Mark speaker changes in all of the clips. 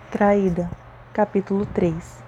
Speaker 1: Traída, capítulo 3.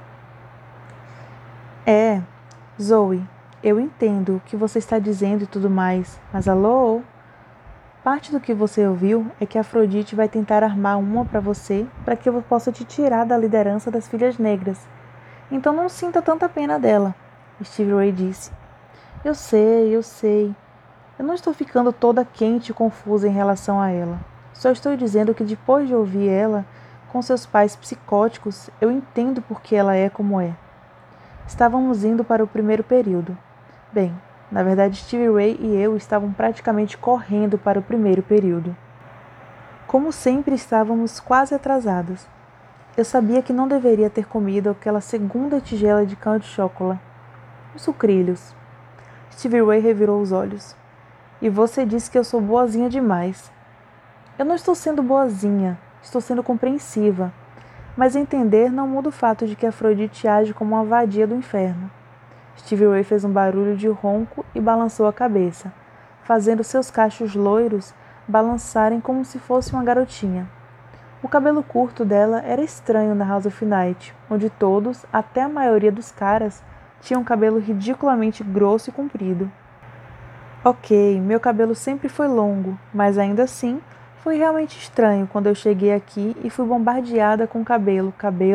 Speaker 1: Zoe, eu entendo o que você está dizendo e tudo mais, mas alô? Parte do que você ouviu é que Afrodite vai tentar armar uma para você para que eu possa te tirar da liderança das Filhas Negras. Então não sinta tanta pena dela, Stevie Ray disse. Eu sei. Eu não estou ficando toda quente e confusa em relação a ela. Só estou dizendo que depois de ouvir ela, com seus pais psicóticos, eu entendo por que ela é como é. Estávamos indo para o primeiro período. Bem, na verdade Stevie Ray e eu estavam praticamente correndo para o primeiro período. Como sempre estávamos quase atrasadas. Eu sabia que não deveria ter comido aquela segunda tigela de canto de chocolate. Os sucrilhos. Stevie Ray revirou os olhos. E você disse que eu sou boazinha demais. Eu não estou sendo boazinha, estou sendo compreensiva. Mas entender não muda o fato de que Afrodite age como uma vadia do inferno. Stevie Ray fez um barulho de ronco e balançou a cabeça, fazendo seus cachos loiros balançarem como se fosse uma garotinha. O cabelo curto dela era estranho na House of Night, onde todos, até a maioria dos caras, tinham cabelo ridiculamente grosso e comprido. Ok, meu cabelo sempre foi longo, mas ainda assim, foi realmente estranho quando eu cheguei aqui e fui bombardeada com cabelo.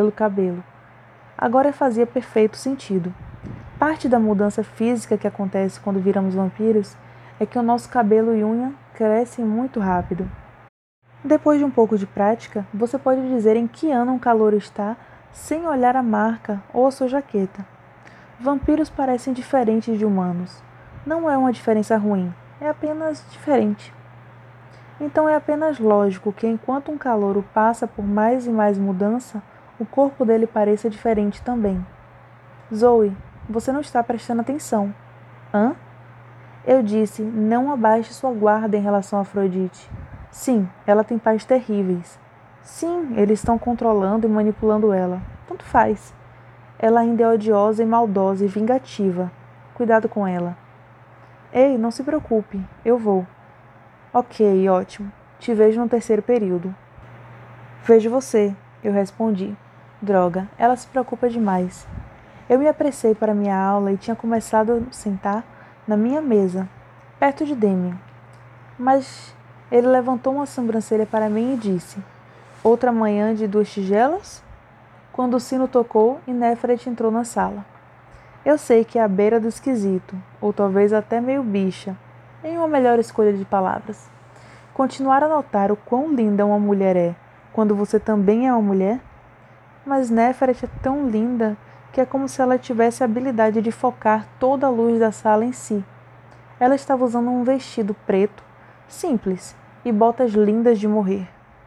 Speaker 1: Agora fazia perfeito sentido. Parte da mudança física que acontece quando viramos vampiros é que o nosso cabelo e unha crescem muito rápido. Depois de um pouco de prática, você pode dizer em que ano um calouro está sem olhar a marca ou a sua jaqueta. Vampiros parecem diferentes de humanos. Não é uma diferença ruim, é apenas diferente. Então é apenas lógico que enquanto um calouro passa por mais e mais mudança, o corpo dele pareça diferente também. Zoe, você não está prestando atenção. Hã? Eu disse, não abaixe sua guarda em relação a Afrodite. Sim, ela tem pais terríveis. Sim, eles estão controlando e manipulando ela. Tanto faz. Ela ainda é odiosa e maldosa e vingativa. Cuidado com ela. Ei, não se preocupe, eu vou. Ok, ótimo. Te vejo no terceiro período. Vejo você, eu respondi. Droga, ela se preocupa demais. Eu me apressei para minha aula e tinha começado a sentar na minha mesa, perto de Demian. Mas ele levantou uma sobrancelha para mim e disse: Outra manhã de 2 tigelas? Quando o sino tocou e Nefret entrou na sala. Eu sei que é à beira do esquisito, ou talvez até meio bicha, em uma melhor escolha de palavras. Continuar a notar o quão linda uma mulher é, quando você também é uma mulher? Mas Nefret é tão linda que é como se ela tivesse a habilidade de focar toda a luz da sala em si. Ela estava usando um vestido preto, simples, e botas lindas de morrer.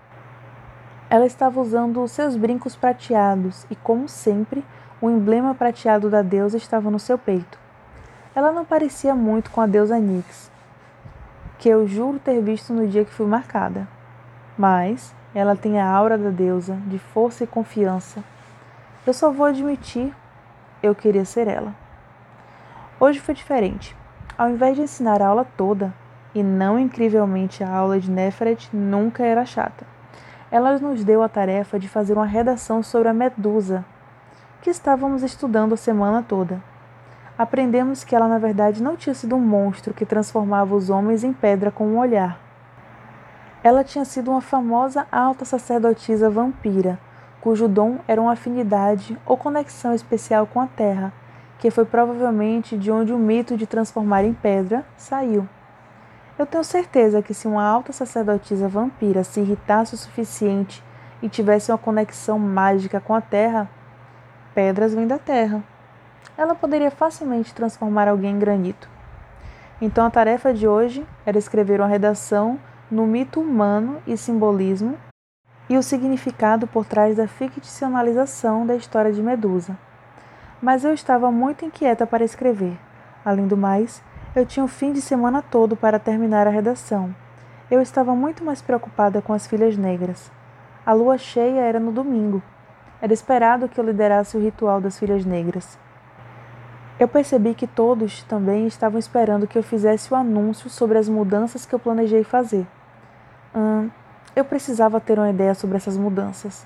Speaker 1: Ela estava usando os seus brincos prateados e, como sempre, o emblema prateado da deusa estava no seu peito. Ela não parecia muito com a deusa Nyx, que eu juro ter visto no dia que fui marcada. Mas ela tem a aura da deusa, de força e confiança. Eu só vou admitir, eu queria ser ela. Hoje foi diferente. Ao invés de ensinar a aula toda, e não incrivelmente a aula de Nefret nunca era chata, ela nos deu a tarefa de fazer uma redação sobre a Medusa, que estávamos estudando a semana toda. Aprendemos que ela na verdade não tinha sido um monstro que transformava os homens em pedra com um olhar. Ela tinha sido uma famosa alta sacerdotisa vampira, cujo dom era uma afinidade ou conexão especial com a terra, que foi provavelmente de onde o mito de transformar em pedra saiu. Eu tenho certeza que se uma alta sacerdotisa vampira se irritasse o suficiente e tivesse uma conexão mágica com a terra, pedras vêm da terra. Ela poderia facilmente transformar alguém em granito. Então a tarefa de hoje era escrever uma redação no mito humano e simbolismo e o significado por trás da ficcionalização da história de Medusa. Mas eu estava muito inquieta para escrever. Além do mais, eu tinha o fim de semana todo para terminar a redação. Eu estava muito mais preocupada com as Filhas Negras. A lua cheia era no domingo. Era esperado que eu liderasse o ritual das Filhas Negras. Eu percebi que todos também estavam esperando que eu fizesse o anúncio sobre as mudanças que eu planejei fazer. Eu precisava ter uma ideia sobre essas mudanças.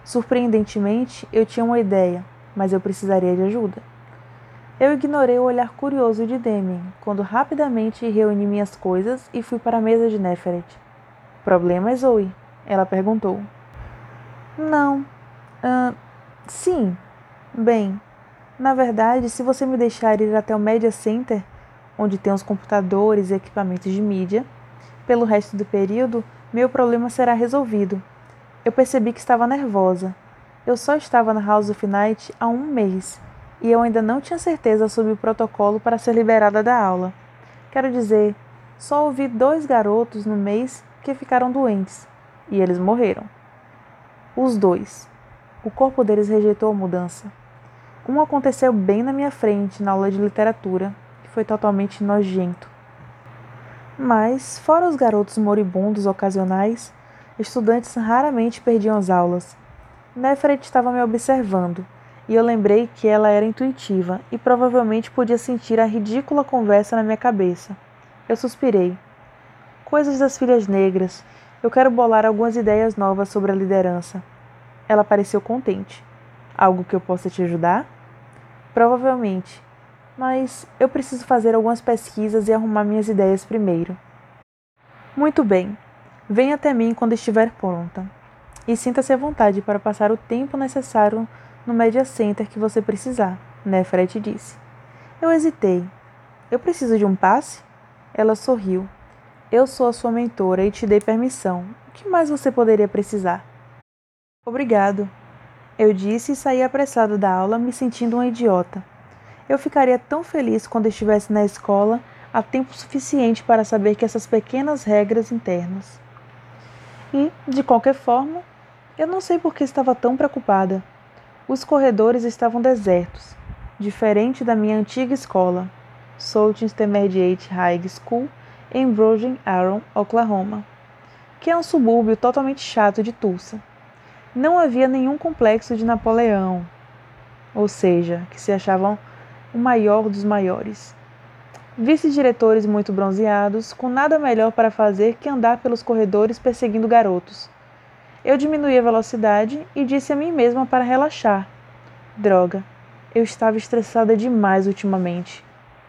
Speaker 1: Surpreendentemente, eu tinha uma ideia, mas eu precisaria de ajuda. Eu ignorei o olhar curioso de Demian, quando rapidamente reuni minhas coisas e fui para a mesa de Neferet. Problemas, Zoe? Ela perguntou. Não. Sim. Bem, na verdade, se você me deixar ir até o Media Center, onde tem os computadores e equipamentos de mídia, pelo resto do período, meu problema será resolvido. Eu percebi que estava nervosa. Eu só estava na House of Night há um mês e eu ainda não tinha certeza sobre o protocolo para ser liberada da aula. Quero dizer, só ouvi 2 garotos no mês que ficaram doentes e eles morreram. Os 2. O corpo deles rejeitou a mudança. Um aconteceu bem na minha frente na aula de literatura e foi totalmente nojento. Mas, fora os garotos moribundos ocasionais, estudantes raramente perdiam as aulas. Neferet estava me observando, e eu lembrei que ela era intuitiva e provavelmente podia sentir a ridícula conversa na minha cabeça. Eu suspirei. Coisas das filhas negras. Eu quero bolar algumas ideias novas sobre a liderança. Ela pareceu contente. Algo que eu possa te ajudar? Provavelmente. Mas eu preciso fazer algumas pesquisas e arrumar minhas ideias primeiro. Muito bem. Venha até mim quando estiver pronta. E sinta-se à vontade para passar o tempo necessário no Media Center que você precisar, Neferet disse. Eu hesitei. Eu preciso de um passe? Ela sorriu. Eu sou a sua mentora e te dei permissão. O que mais você poderia precisar? Obrigado. Eu disse e saí apressado da aula, me sentindo uma idiota. Eu ficaria tão feliz quando estivesse na escola há tempo suficiente para saber que essas pequenas regras internas. E, de qualquer forma, eu não sei por que estava tão preocupada. Os corredores estavam desertos, diferente da minha antiga escola, South Intermediate High School, em Broken Arrow, Oklahoma, que é um subúrbio totalmente chato de Tulsa. Não havia nenhum complexo de Napoleão, ou seja, que se achavam o maior dos maiores. Vice-diretores muito bronzeados, com nada melhor para fazer que andar pelos corredores perseguindo garotos. Eu diminuí a velocidade e disse a mim mesma para relaxar. Droga, eu estava estressada demais ultimamente.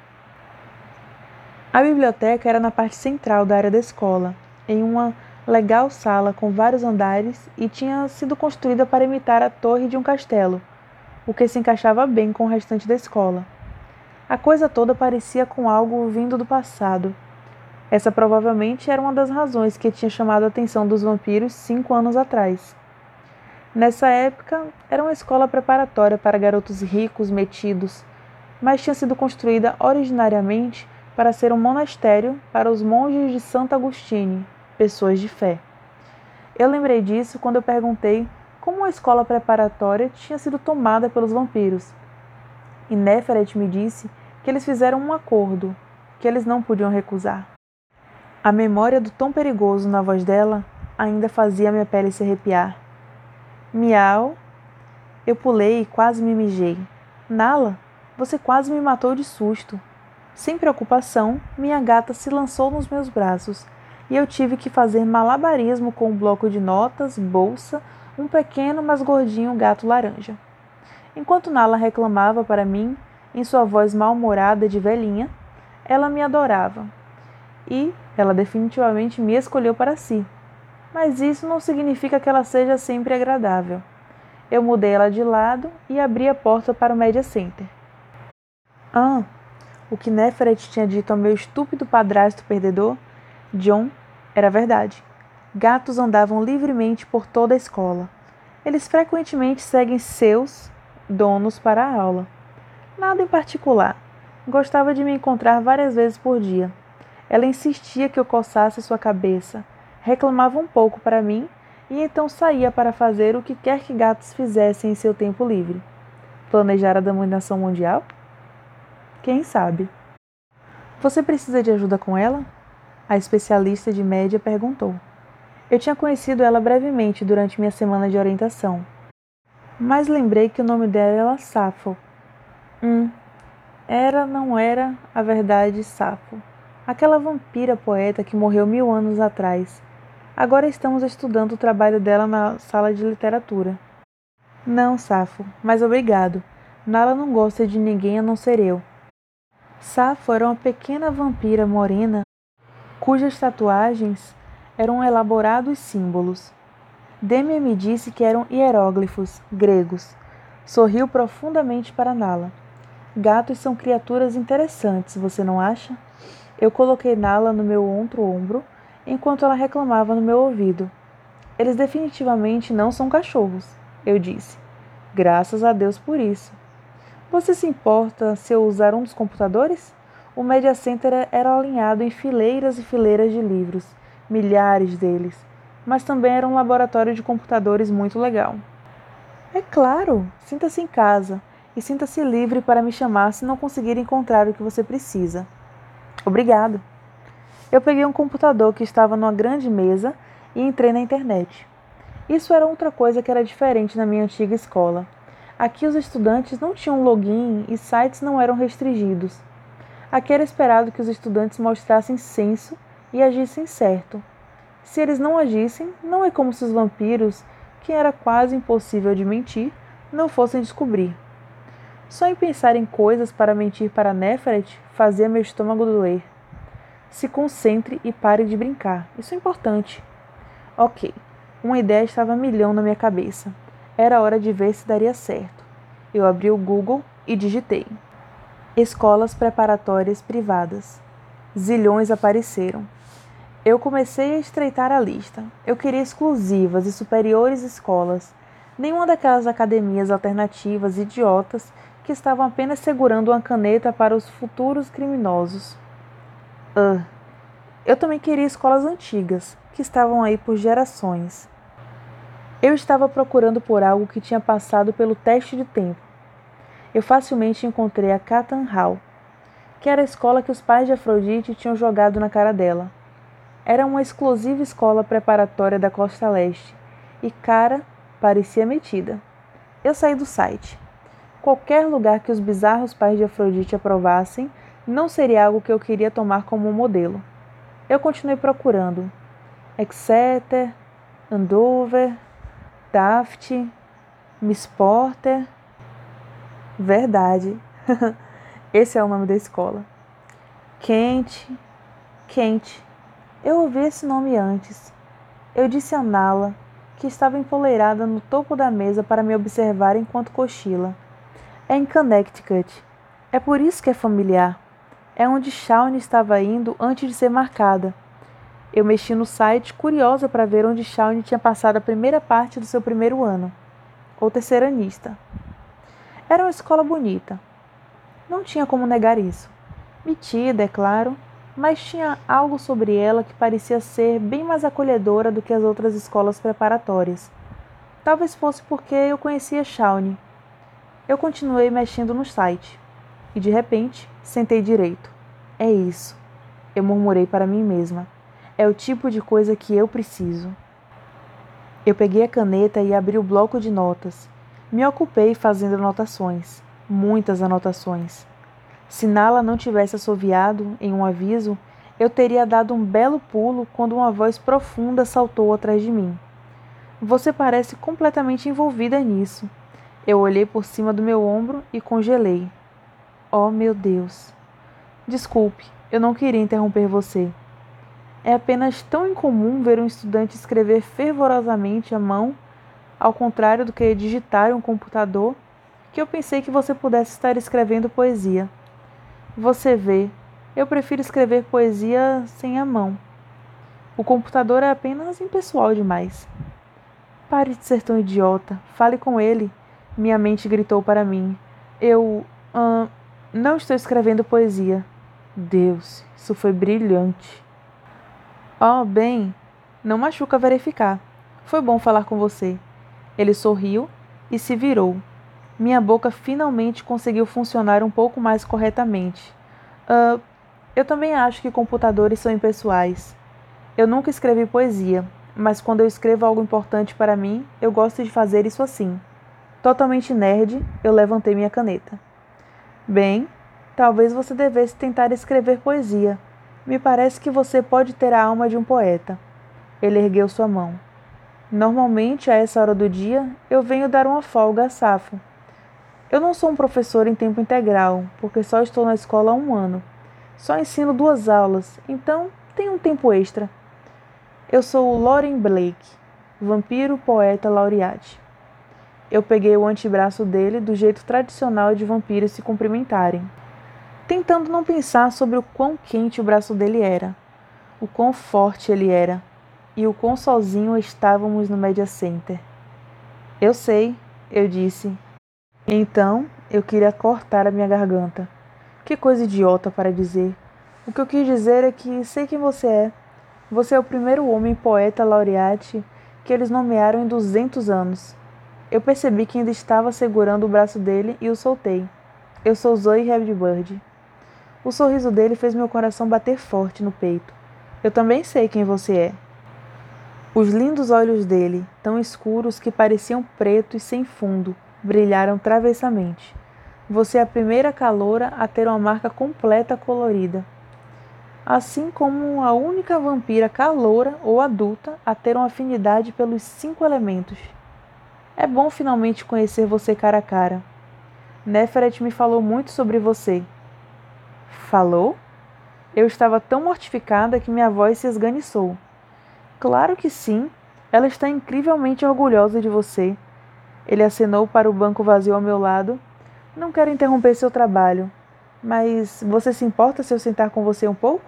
Speaker 1: A biblioteca era na parte central da área da escola, em uma legal sala com vários andares e tinha sido construída para imitar a torre de um castelo, o que se encaixava bem com o restante da escola. A coisa toda parecia com algo vindo do passado. Essa provavelmente era uma das razões que tinha chamado a atenção dos vampiros 5 anos atrás. Nessa época, era uma escola preparatória para garotos ricos, metidos, mas tinha sido construída originariamente para ser um monastério para os monges de Santo Agostini, pessoas de fé. Eu lembrei disso quando eu perguntei como a escola preparatória tinha sido tomada pelos vampiros. E Neferet me disse que eles fizeram um acordo, que eles não podiam recusar. A memória do tom perigoso na voz dela ainda fazia minha pele se arrepiar. Miau! Eu pulei e quase me mijei. Nala, você quase me matou de susto. Sem preocupação, minha gata se lançou nos meus braços e eu tive que fazer malabarismo com um bloco de notas, bolsa, um pequeno mas gordinho gato laranja. Enquanto Nala reclamava para mim, em sua voz mal-humorada de velhinha, ela me adorava. E ela definitivamente me escolheu para si. Mas isso não significa que ela seja sempre agradável. Eu mudei ela de lado e abri a porta para o Media Center. O que Neferet tinha dito ao meu estúpido padrasto perdedor, John, era verdade. Gatos andavam livremente por toda a escola. Eles frequentemente seguem seus donos para a aula. Nada em particular. Gostava de me encontrar várias vezes por dia. Ela insistia que eu coçasse sua cabeça, reclamava um pouco para mim e então saía para fazer o que quer que gatos fizessem em seu tempo livre. Planejar a dominação mundial? Quem sabe? Você precisa de ajuda com ela? A especialista de média perguntou. Eu tinha conhecido ela brevemente durante minha semana de orientação, mas lembrei que o nome dela era Safo. Não era, a verdade, Safo. Aquela vampira poeta que morreu 1000 anos atrás. Agora estamos estudando o trabalho dela na sala de literatura. Não, Safo, mas obrigado. Nala não gosta de ninguém a não ser eu. Safo era uma pequena vampira morena cujas tatuagens eram elaborados símbolos. Demian me disse que eram hieróglifos gregos. Sorriu profundamente para Nala. Gatos são criaturas interessantes, você não acha? Eu coloquei Nala no meu outro ombro, enquanto ela reclamava no meu ouvido. Eles definitivamente não são cachorros, eu disse. Graças a Deus por isso. Você se importa se eu usar um dos computadores? O Media Center era alinhado em fileiras e fileiras de livros, milhares deles, mas também era um laboratório de computadores muito legal. É claro, sinta-se em casa e sinta-se livre para me chamar se não conseguir encontrar o que você precisa. Obrigado. Eu peguei um computador que estava numa grande mesa e entrei na internet. Isso era outra coisa que era diferente na minha antiga escola. Aqui os estudantes não tinham login e sites não eram restringidos. Aqui era esperado que os estudantes mostrassem senso e agissem certo. Se eles não agissem, não é como se os vampiros, que era quase impossível de mentir, não fossem descobrir. Só em pensar em coisas para mentir para Neferet fazia meu estômago doer. Se concentre e pare de brincar. Isso é importante. Ok, uma ideia estava a milhão na minha cabeça. Era hora de ver se daria certo. Eu abri o Google e digitei. Escolas preparatórias privadas. Zilhões apareceram. Eu comecei a estreitar a lista. Eu queria exclusivas e superiores escolas. Nenhuma daquelas academias alternativas idiotas que estavam apenas segurando uma caneta para os futuros criminosos. Eu também queria escolas antigas, que estavam aí por gerações. Eu estava procurando por algo que tinha passado pelo teste de tempo. Eu facilmente encontrei a Catan Hall, que era a escola que os pais de Afrodite tinham jogado na cara dela. Era uma exclusiva escola preparatória da Costa Leste, e cara, parecia metida. Eu saí do site. Qualquer lugar que os bizarros pais de Afrodite aprovassem não seria algo que eu queria tomar como um modelo. Eu continuei procurando. Exeter, Andover, Taft, Miss Porter. Verdade. Esse é o nome da escola. Kent. Eu ouvi esse nome antes. Eu disse a Nala, que estava empoleirada no topo da mesa para me observar enquanto cochila. É em Connecticut. É por isso que é familiar. É onde Shawnee estava indo antes de ser marcada. Eu mexi no site, curiosa para ver onde Shawnee tinha passado a primeira parte do seu primeiro ano, ou terceiranista. Era uma escola bonita. Não tinha como negar isso. Metida, é claro, mas tinha algo sobre ela que parecia ser bem mais acolhedora do que as outras escolas preparatórias. Talvez fosse porque eu conhecia Shawnee. Eu continuei mexendo no site e, de repente, sentei direito. É isso, eu murmurei para mim mesma. É o tipo de coisa que eu preciso. Eu peguei a caneta e abri o bloco de notas. Me ocupei fazendo anotações, muitas anotações. Se Nala não tivesse assoviado em um aviso, eu teria dado um belo pulo quando uma voz profunda saltou atrás de mim. Você parece completamente envolvida nisso. Eu olhei por cima do meu ombro e congelei. Oh, meu Deus. Desculpe, eu não queria interromper você. É apenas tão incomum ver um estudante escrever fervorosamente à mão, ao contrário do que digitar em um computador, que eu pensei que você pudesse estar escrevendo poesia. Você vê, eu prefiro escrever poesia sem a mão. O computador é apenas impessoal demais. Pare de ser tão idiota, fale com ele, minha mente gritou para mim. Eu, não estou escrevendo poesia. Deus, isso foi brilhante. Oh, bem, não machuca verificar. Foi bom falar com você. Ele sorriu e se virou. Minha boca finalmente conseguiu funcionar um pouco mais corretamente. Eu também acho que computadores são impessoais. Eu nunca escrevi poesia, mas quando eu escrevo algo importante para mim, eu gosto de fazer isso assim. Totalmente nerd, eu levantei minha caneta. Bem, talvez você devesse tentar escrever poesia. Me parece que você pode ter a alma de um poeta. Ele ergueu sua mão. Normalmente, a essa hora do dia, eu venho dar uma folga a Safo. Eu não sou um professor em tempo integral, porque só estou na escola há um ano. Só ensino 2 aulas, então tenho um tempo extra. Eu sou o Lauren Blake, vampiro poeta laureate. Eu peguei o antebraço dele do jeito tradicional de vampiros se cumprimentarem, tentando não pensar sobre o quão quente o braço dele era, o quão forte ele era e o quão sozinho estávamos no Media Center. Eu sei, eu disse. Então, eu queria cortar a minha garganta. Que coisa idiota para dizer. O que eu quis dizer é que sei quem você é. Você é o primeiro homem poeta laureate que eles nomearam em 200 anos. Eu percebi que ainda estava segurando o braço dele e o soltei. Eu sou Zoe Redbird. O sorriso dele fez meu coração bater forte no peito. Eu também sei quem você é. Os lindos olhos dele, tão escuros que pareciam pretos e sem fundo, brilharam travessamente. Você é a primeira caloura a ter uma marca completa colorida. Assim como a única vampira caloura ou adulta a ter uma afinidade pelos 5 elementos. É bom finalmente conhecer você cara a cara. Neferet me falou muito sobre você. Falou? Eu estava tão mortificada que minha voz se esganiçou. Claro que sim. Ela está incrivelmente orgulhosa de você. Ele acenou para o banco vazio ao meu lado. Não quero interromper seu trabalho, mas você se importa se eu sentar com você um pouco?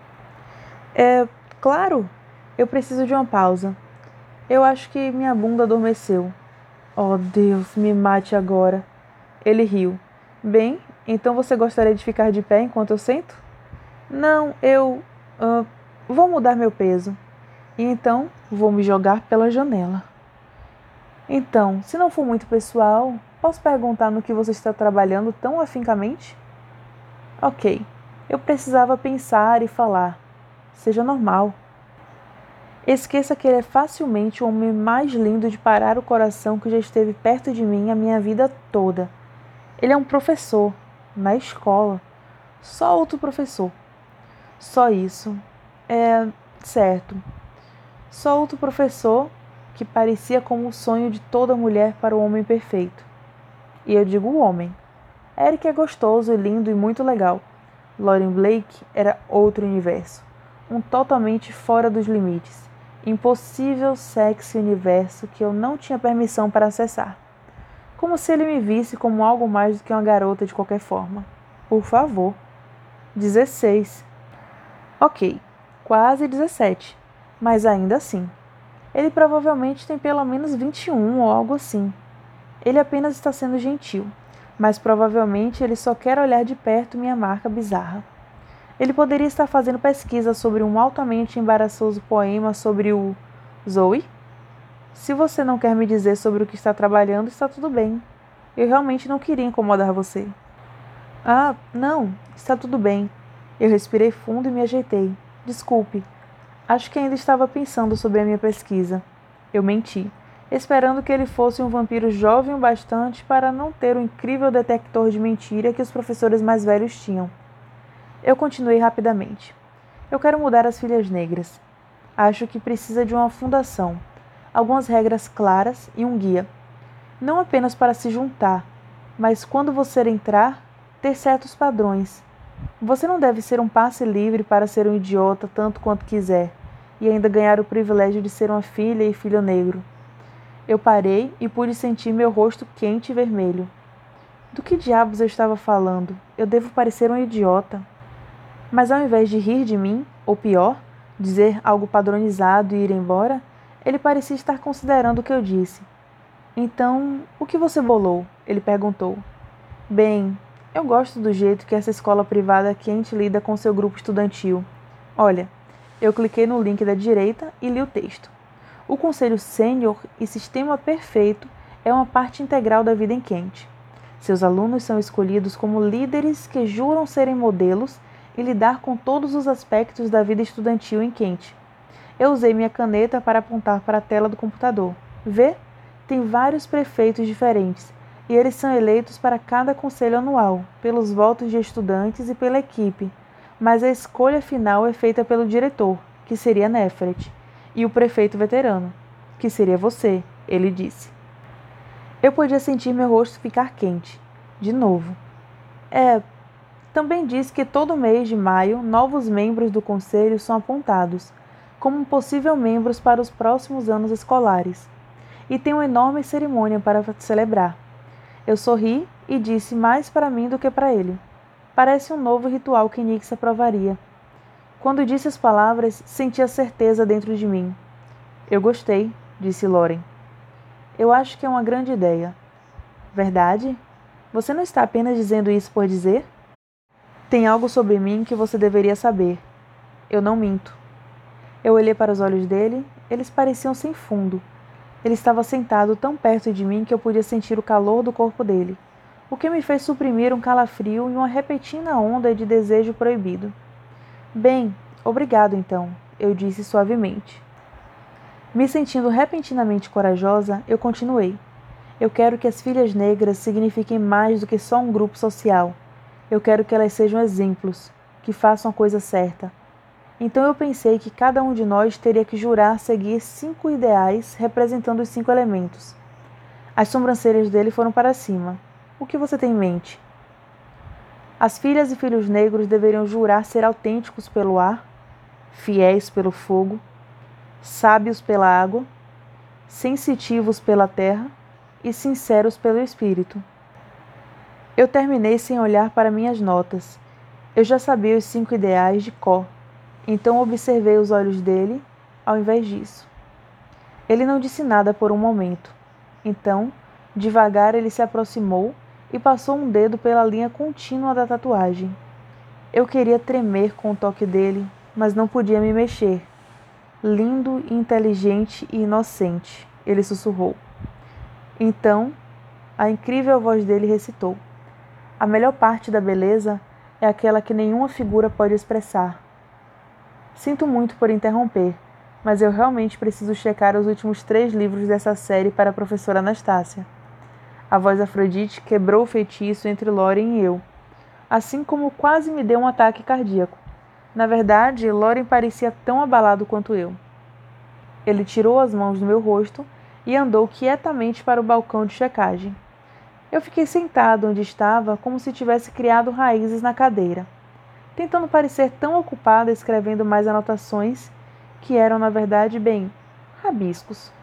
Speaker 1: Claro. Eu preciso de uma pausa. Eu acho que minha bunda adormeceu. Oh, Deus, me mate agora. Ele riu. Bem, então você gostaria de ficar de pé enquanto eu sento? Não, eu vou mudar meu peso. E então vou me jogar pela janela. Então, se não for muito pessoal, posso perguntar no que você está trabalhando tão afincamente? Ok, eu precisava pensar e falar. Seja normal. Esqueça que ele é facilmente o homem mais lindo de parar o coração que já esteve perto de mim a minha vida toda. Ele é um professor, na escola. Só outro professor. Só isso. Certo. Só outro professor que parecia como o sonho de toda mulher para o homem perfeito. E eu digo homem. Eric é gostoso e lindo e muito legal. Lauren Blake era outro universo. Um totalmente fora dos limites. Impossível sexy universo que eu não tinha permissão para acessar. Como se ele me visse como algo mais do que uma garota de qualquer forma. Por favor. 16. Ok, quase 17. Mas ainda assim. Ele provavelmente tem pelo menos 21 ou algo assim. Ele apenas está sendo gentil, mas provavelmente ele só quer olhar de perto minha marca bizarra. Ele poderia estar fazendo pesquisa sobre um altamente embaraçoso poema sobre o Zoe? Se você não quer me dizer sobre o que está trabalhando, está tudo bem. Eu realmente não queria incomodar você. Ah, não, está tudo bem. Eu respirei fundo e me ajeitei. Desculpe. Acho que ainda estava pensando sobre a minha pesquisa. Eu menti, esperando que ele fosse um vampiro jovem o bastante para não ter o incrível detector de mentira que os professores mais velhos tinham. Eu continuei rapidamente. Eu quero mudar as filhas negras. Acho que precisa de uma fundação, algumas regras claras e um guia. Não apenas para se juntar, mas quando você entrar, ter certos padrões. Você não deve ser um passe livre para ser um idiota tanto quanto quiser, e ainda ganhar o privilégio de ser uma filha e filho negro. Eu parei e pude sentir meu rosto quente e vermelho. Do que diabos eu estava falando? Eu devo parecer um idiota. Mas ao invés de rir de mim, ou pior, dizer algo padronizado e ir embora, ele parecia estar considerando o que eu disse. Então, o que você bolou? Ele perguntou. Bem, eu gosto do jeito que essa escola privada quente lida com seu grupo estudantil. Olha, eu cliquei no link da direita e li o texto. O Conselho Sênior e Sistema Perfeito é uma parte integral da vida em Kent. Seus alunos são escolhidos como líderes que juram serem modelos e lidar com todos os aspectos da vida estudantil em Kent. Eu usei minha caneta para apontar para a tela do computador. Vê? Tem vários prefeitos diferentes, e eles são eleitos para cada conselho anual, pelos votos de estudantes e pela equipe, mas a escolha final é feita pelo diretor, que seria Neferet, e o prefeito veterano, que seria você, ele disse. Eu podia sentir meu rosto ficar quente. De novo. Também disse que todo mês de maio novos membros do conselho são apontados como possível membros para os próximos anos escolares. E tem uma enorme cerimônia para celebrar. Eu sorri e disse mais para mim do que para ele. Parece um novo ritual que Nix aprovaria. Quando disse as palavras, senti a certeza dentro de mim. Eu gostei, disse Lauren. Eu acho que é uma grande ideia. Verdade? Você não está apenas dizendo isso por dizer? Tem algo sobre mim que você deveria saber. Eu não minto. Eu olhei para os olhos dele, eles pareciam sem fundo. Ele estava sentado tão perto de mim que eu podia sentir o calor do corpo dele, o que me fez suprimir um calafrio e uma repentina onda de desejo proibido. Bem, obrigado então, eu disse suavemente. Me sentindo repentinamente corajosa, eu continuei. Eu quero que as filhas negras signifiquem mais do que só um grupo social. Eu quero que elas sejam exemplos, que façam a coisa certa. Então eu pensei que cada um de nós teria que jurar seguir 5 ideais representando os 5 elementos. As sobrancelhas dele foram para cima. O que você tem em mente? As filhas e filhos negros deveriam jurar ser autênticos pelo ar, fiéis pelo fogo, sábios pela água, sensitivos pela terra e sinceros pelo espírito. Eu terminei sem olhar para minhas notas. Eu já sabia os 5 ideais de cor, então observei os olhos dele ao invés disso. Ele não disse nada por um momento. Então, devagar ele se aproximou e passou um dedo pela linha contínua da tatuagem. Eu queria tremer com o toque dele, mas não podia me mexer. Lindo, inteligente e inocente, ele sussurrou. Então, a incrível voz dele recitou. A melhor parte da beleza é aquela que nenhuma figura pode expressar. Sinto muito por interromper, mas eu realmente preciso checar os últimos 3 livros dessa série para a professora Anastácia. A voz Afrodite quebrou o feitiço entre Lauren e eu, assim como quase me deu um ataque cardíaco. Na verdade, Lauren parecia tão abalado quanto eu. Ele tirou as mãos do meu rosto e andou quietamente para o balcão de checagem. Eu fiquei sentado onde estava como se tivesse criado raízes na cadeira, tentando parecer tão ocupada escrevendo mais anotações que eram, na verdade, rabiscos.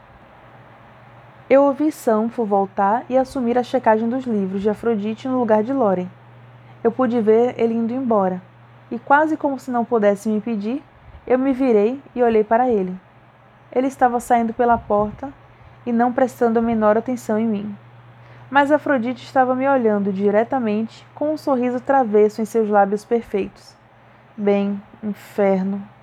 Speaker 1: Eu ouvi Sanfo voltar e assumir a checagem dos livros de Afrodite no lugar de Lauren. Eu pude ver ele indo embora, e quase como se não pudesse me impedir, eu me virei e olhei para ele. Ele estava saindo pela porta e não prestando a menor atenção em mim. Mas Afrodite estava me olhando diretamente com um sorriso travesso em seus lábios perfeitos. Inferno,